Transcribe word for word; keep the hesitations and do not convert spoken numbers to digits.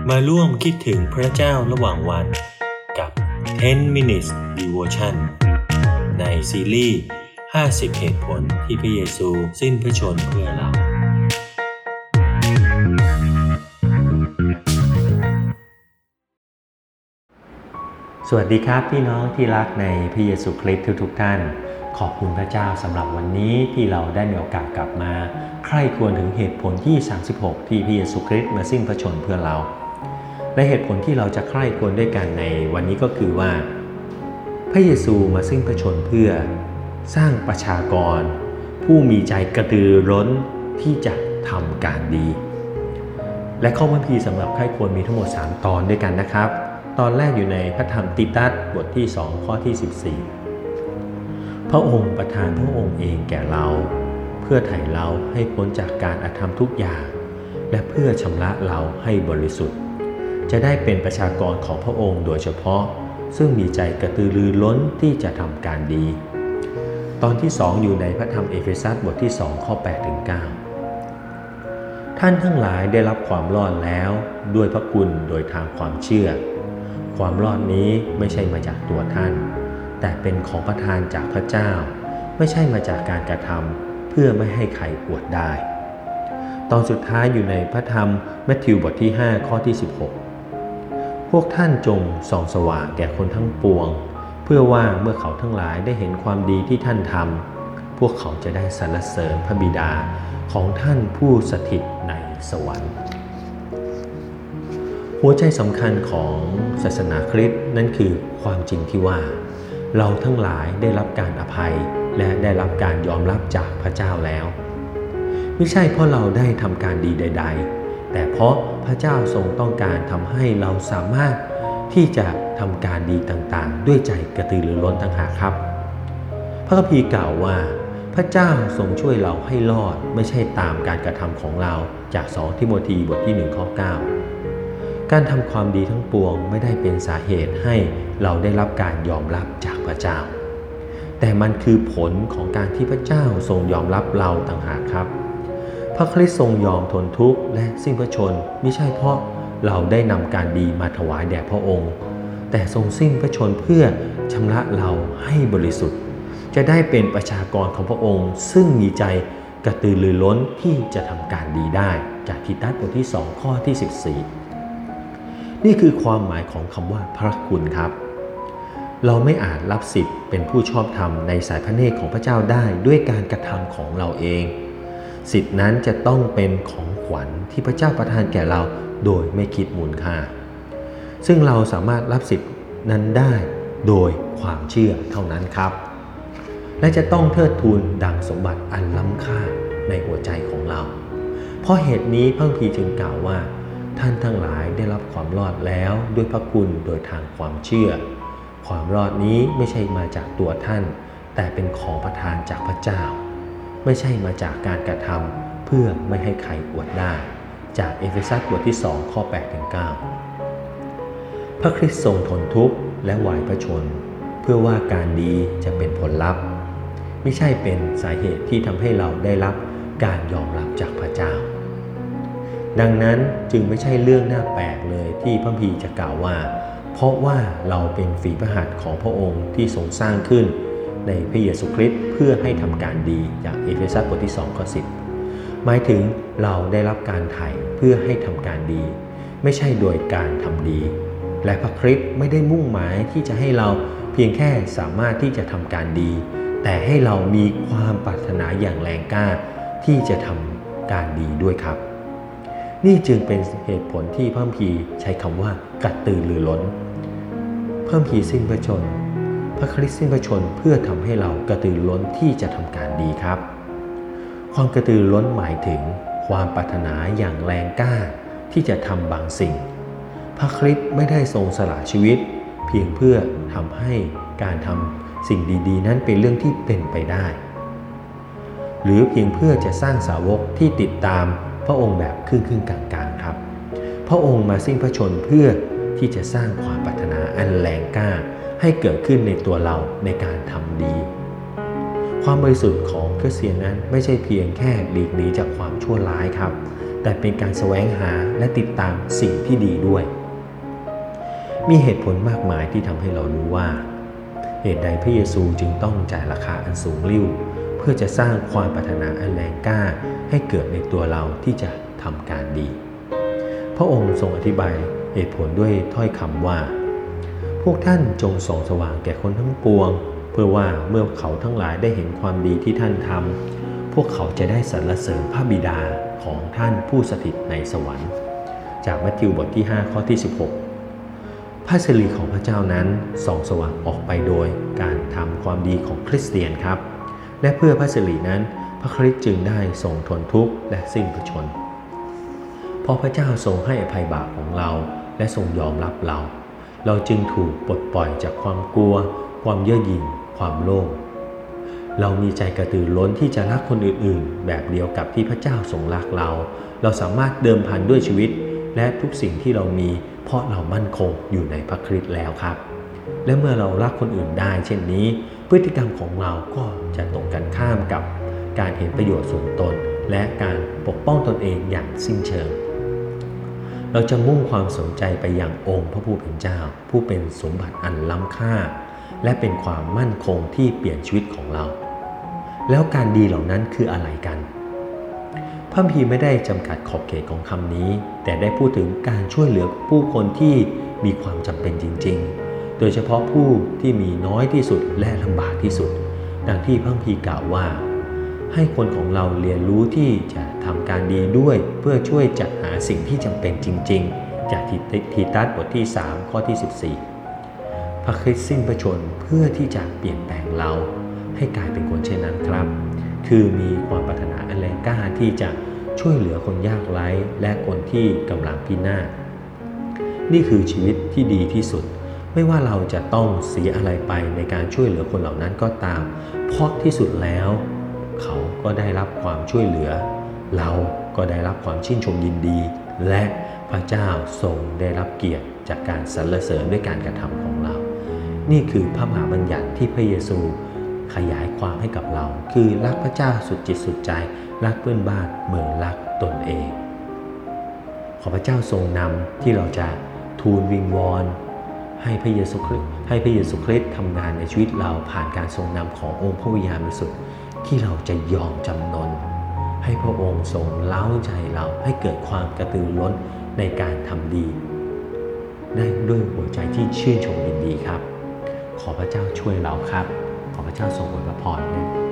มาร่วมคิดถึงพระเจ้าระหว่างวันกับสิบ minutes devotion ในซีรีส์ห้าสิบเหตุผลที่พระเยซูสิ้นพระชนม์เพื่อเราสวัสดีครับพี่น้องที่รักในพระเยซูคริสต์ทุกๆท่านขอบคุณพระเจ้าสำหรับวันนี้ที่เราได้มีโอกาสกลับมาใคร่ครวญถึงเหตุผลที่สามสิบหกที่พระเยซูคริสต์มาสิ้นพระชนม์เพื่อเราและเหตุผลที่เราจะใคร่ครวญด้วยกันในวันนี้ก็คือว่าพระเยซูมาสิ้นพระชนม์เพื่อสร้างประชากรผู้มีใจกระตือรือร้นที่จะทำการดีและข้อพระคัมภีร์สำหรับใคร่ครวญมีทั้งหมดสามตอนด้วยกันนะครับตอนแรกอยู่ในพระธรรมติตัสบทที่สองข้อที่สิบสี่พระองค์ประทานพระองค์เองแก่เราเพื่อไถ่เราให้พ้นจากการอธรรมทุกอย่างและเพื่อชำระเราให้บริสุทธิ์จะได้เป็นประชากรของพระองค์โดยเฉพาะซึ่งมีใจกระตือรือร้นที่จะทำการดีตอนที่สองอยู่ในพระธรรมเอเฟซัสบทที่สองข้อแปดถึงเก้าท่านทั้งหลายได้รับความรอดแล้วด้วยพระคุณโดยทางความเชื่อความรอดนี้ไม่ใช่มาจากตัวท่านแต่เป็นของประทานจากพระเจ้าไม่ใช่มาจากการกระทำเพื่อไม่ให้ใครอวดได้ตอนสุดท้ายอยู่ในพระธรรมมัทธิวบทที่ห้าข้อที่สิบหกพวกท่านจงส่องสว่างแก่คนทั้งปวงเพื่อว่าเมื่อเขาทั้งหลายได้เห็นความดีที่ท่านทำพวกเขาจะได้สรรเสริญพระบิดาของท่านผู้สถิตในสวรรค์หัวใจสำคัญของศาสนาคริสต์นั่นคือความจริงที่ว่าเราทั้งหลายได้รับการอภัยและได้รับการยอมรับจากพระเจ้าแล้วไม่ใช่เพราะเราได้ทำการดีใดๆแต่เพราะพระเจ้าทรงต้องการทำให้เราสามารถที่จะทำการดีต่างๆด้วยใจกระตือรือร้นต่างหากครับพระคัมภีร์กล่าวว่าพระเจ้าทรงช่วยเราให้รอดไม่ใช่ตามการกระทำของเราจากสองทิโมธีบทที่หนึ่งข้อเก้าการทำความดีทั้งปวงไม่ได้เป็นสาเหตุให้เราได้รับการยอมรับจากพระเจ้าแต่มันคือผลของการที่พระเจ้าทรงยอมรับเราต่างหากครับพระคริสต์ทรงยอมทนทุกข์และสิ้นพระชนม์ไม่ใช่เพราะเราได้นำการดีมาถวายแด่พระองค์แต่ทรงสิ้นพระชนม์เพื่อชำระเราให้บริสุทธิ์จะได้เป็นประชากรของพระองค์ซึ่งมีใจกระตือรือร้นที่จะทำการดีได้จากติตัสบทที่สองข้อที่สิบสี่นี่คือความหมายของคำว่าพระคุณครับเราไม่อาจรับสิทธิ์เป็นผู้ชอบธรรมในสายพระเนตรของพระเจ้าได้ด้วยการกระทำของเราเองสิทธินั้นจะต้องเป็นของขวัญที่พระเจ้าประทานแก่เราโดยไม่คิดมูลค่าซึ่งเราสามารถรับสิทธินั้นได้โดยความเชื่อเท่านั้นครับและจะต้องเทิดทูนดังสมบัติอันล้ำค่าในหัวใจของเราเพราะเหตุนี้พระคัมภีร์จึงกล่าวว่าท่านทั้งหลายได้รับความรอดแล้วด้วยพระคุณโดยทางความเชื่อความรอดนี้ไม่ใช่มาจากตัวท่านแต่เป็นของประทานจากพระเจ้าไม่ใช่มาจากการกระทำเพื่อไม่ให้ใครอวดได้จากเอเฟซัสบทที่สองข้อแปดถึงเก้าพระคริสต์ทรงทนทุกข์และไหวพระชนม์เพื่อว่าการดีจะเป็นผลลัพธ์ไม่ใช่เป็นสาเหตุที่ทำให้เราได้รับการยอมรับจากพระเจ้าดังนั้นจึงไม่ใช่เรื่องน่าแปลกเลยที่พระคัมภีร์จะกล่าวว่าเพราะว่าเราเป็นฝีพระหัตถ์ของพระองค์ที่ทรงสร้างขึ้นในพระเยซูคริสต์เพื่อให้ทำการดีจากเอเฟซัสบทที่สองข้อสิบหมายถึงเราได้รับการไถ่เพื่อให้ทำการดีไม่ใช่โดยการทำดีและพระคริสต์ไม่ได้มุ่งหมายที่จะให้เราเพียงแค่สามารถที่จะทำการดีแต่ให้เรามีความปรารถนาอย่างแรงกล้าที่จะทำการดีด้วยครับนี่จึงเป็นเหตุผลที่พระคัมภีร์ใช้คำว่ากระตือรือร้นพระคัมภีร์สิ้นพระชนม์พระคริสต์สิ้นพระชนม์เพื่อทำให้เรากระตือรือร้นที่จะทำการดีครับความกระตือรือร้นหมายถึงความปรารถนาอย่างแรงกล้าที่จะทำบางสิ่งพระคริสต์ไม่ได้ทรงสละชีวิตเพียงเพื่อทำให้การทำสิ่งดีๆนั้นเป็นเรื่องที่เป็นไปได้หรือเพียงเพื่อจะสร้างสาวกที่ติดตามพระองค์แบบครึ่งๆกลางๆครับพระองค์มาสิ้นพระชนม์เพื่อที่จะสร้างความปรารถนาอันแรงกล้าให้เกิดขึ้นในตัวเราในการทำดีความบริสุทธิ์ของคริสเตียนนั้นไม่ใช่เพียงแค่หลีกหนีจากความชั่วร้ายครับแต่เป็นการแสวงหาและติดตามสิ่งที่ดีด้วยมีเหตุผลมากมายที่ทำให้เรารู้ว่าเหตุใดพระเยซูจึงต้องจ่ายราคาอันสูงลิ่วเพื่อจะสร้างความปรารถนาอันแรงกล้าให้เกิดในตัวเราที่จะทำการดีพระองค์ทรงอธิบายเหตุผลด้วยถ้อยคำว่าพวกท่านจงส่องสว่างแก่คนทั้งปวงเพื่อว่าเมื่อเขาทั้งหลายได้เห็นความดีที่ท่านทำพวกเขาจะได้สรรเสริญพระบิดาของท่านผู้สถิตในสวรรค์จากมัทธิวบทที่ห้าข้อที่สิบหกพระสิริของพระเจ้านั้นส่องสว่างออกไปโดยการทำความดีของคริสเตียนครับและเพื่อพระสิรินั้นพระคริสต์จึงได้ทรงทนทุกข์และสิ้นพระชนม์เพราะพระเจ้าทรงให้อภัยบาปของเราและทรงยอมรับเราเราจึงถูกปลดปล่อยจากความกลัวความเย่อหยิ่งความโลภเรามีใจกระตือร้นที่จะรักคนอื่นๆแบบเดียวกับที่พระเจ้าทรงรักเราเราสามารถเดิมพันด้วยชีวิตและทุกสิ่งที่เรามีเพราะเรามั่นคงอยู่ในพระคริสต์แล้วครับและเมื่อเรารักคนอื่นได้เช่นนี้พฤติกรรมของเราก็จะตรงกันข้ามกับการเห็นประโยชน์ส่วนตนและการปกป้องตนเองอย่างสิ้นเชิงเราจะมุ่งความสนใจไปยังองค์พระผู้เป็นเจ้าผู้เป็นสมบัติอันล้ำค่าและเป็นความมั่นคงที่เปลี่ยนชีวิตของเราแล้วการดีเหล่านั้นคืออะไรกันพระคัมภีร์ไม่ได้จำกัดขอบเขตของคำนี้แต่ได้พูดถึงการช่วยเหลือผู้คนที่มีความจำเป็นจริงๆโดยเฉพาะผู้ที่มีน้อยที่สุดและลำบากที่สุดดังที่พระคัมภีร์กล่าวว่าให้คนของเราเรียนรู้ที่จะทำการดีด้วยเพื่อช่วยจัดหาสิ่งที่จำเป็นจริงๆจากทีตัสบทที่สามข้อที่สิบสี่พระคริสต์สิ้นพระชนม์เพื่อที่จะเปลี่ยนแปลงเราให้กลายเป็นคนเช่นนั้นครับคือมีความปรารถนาอันแรงกล้าที่จะช่วยเหลือคนยากไร้และคนที่กำลังพินาศนี่คือชีวิตที่ดีที่สุดไม่ว่าเราจะต้องเสียอะไรไปในการช่วยเหลือคนเหล่านั้นก็ตามเพราะที่สุดแล้วเขาก็ได้รับความช่วยเหลือเราก็ได้รับความชื่นชมยินดีและพระเจ้าทรงได้รับเกียรติจากการสรรเสริญด้วยการกระทำของเรานี่คือพระมหาบัญญัติที่พระเยซูขยายความให้กับเราคือรักพระเจ้าสุดจิตสุดใจรักเพื่อนบ้านเหมือนรักตนเองขอพระเจ้าทรงนำที่เราจะทูลวิงวอนให้พระเยซูคริสต์ให้พระเยซูคริสต์ทำงานในชีวิตเราผ่านการทรงนำขององค์พระวิญญาณบริสุทธิ์ที่เราจะยอมจำนนให้พระองค์ทรงเล้าใจเราให้เกิดความกระตือร้นในการทำดีได้ด้วยหัวใจที่ชื่นชมยินดีครับขอพระเจ้าช่วยเราครับขอพระเจ้าทรงอวยพรนะ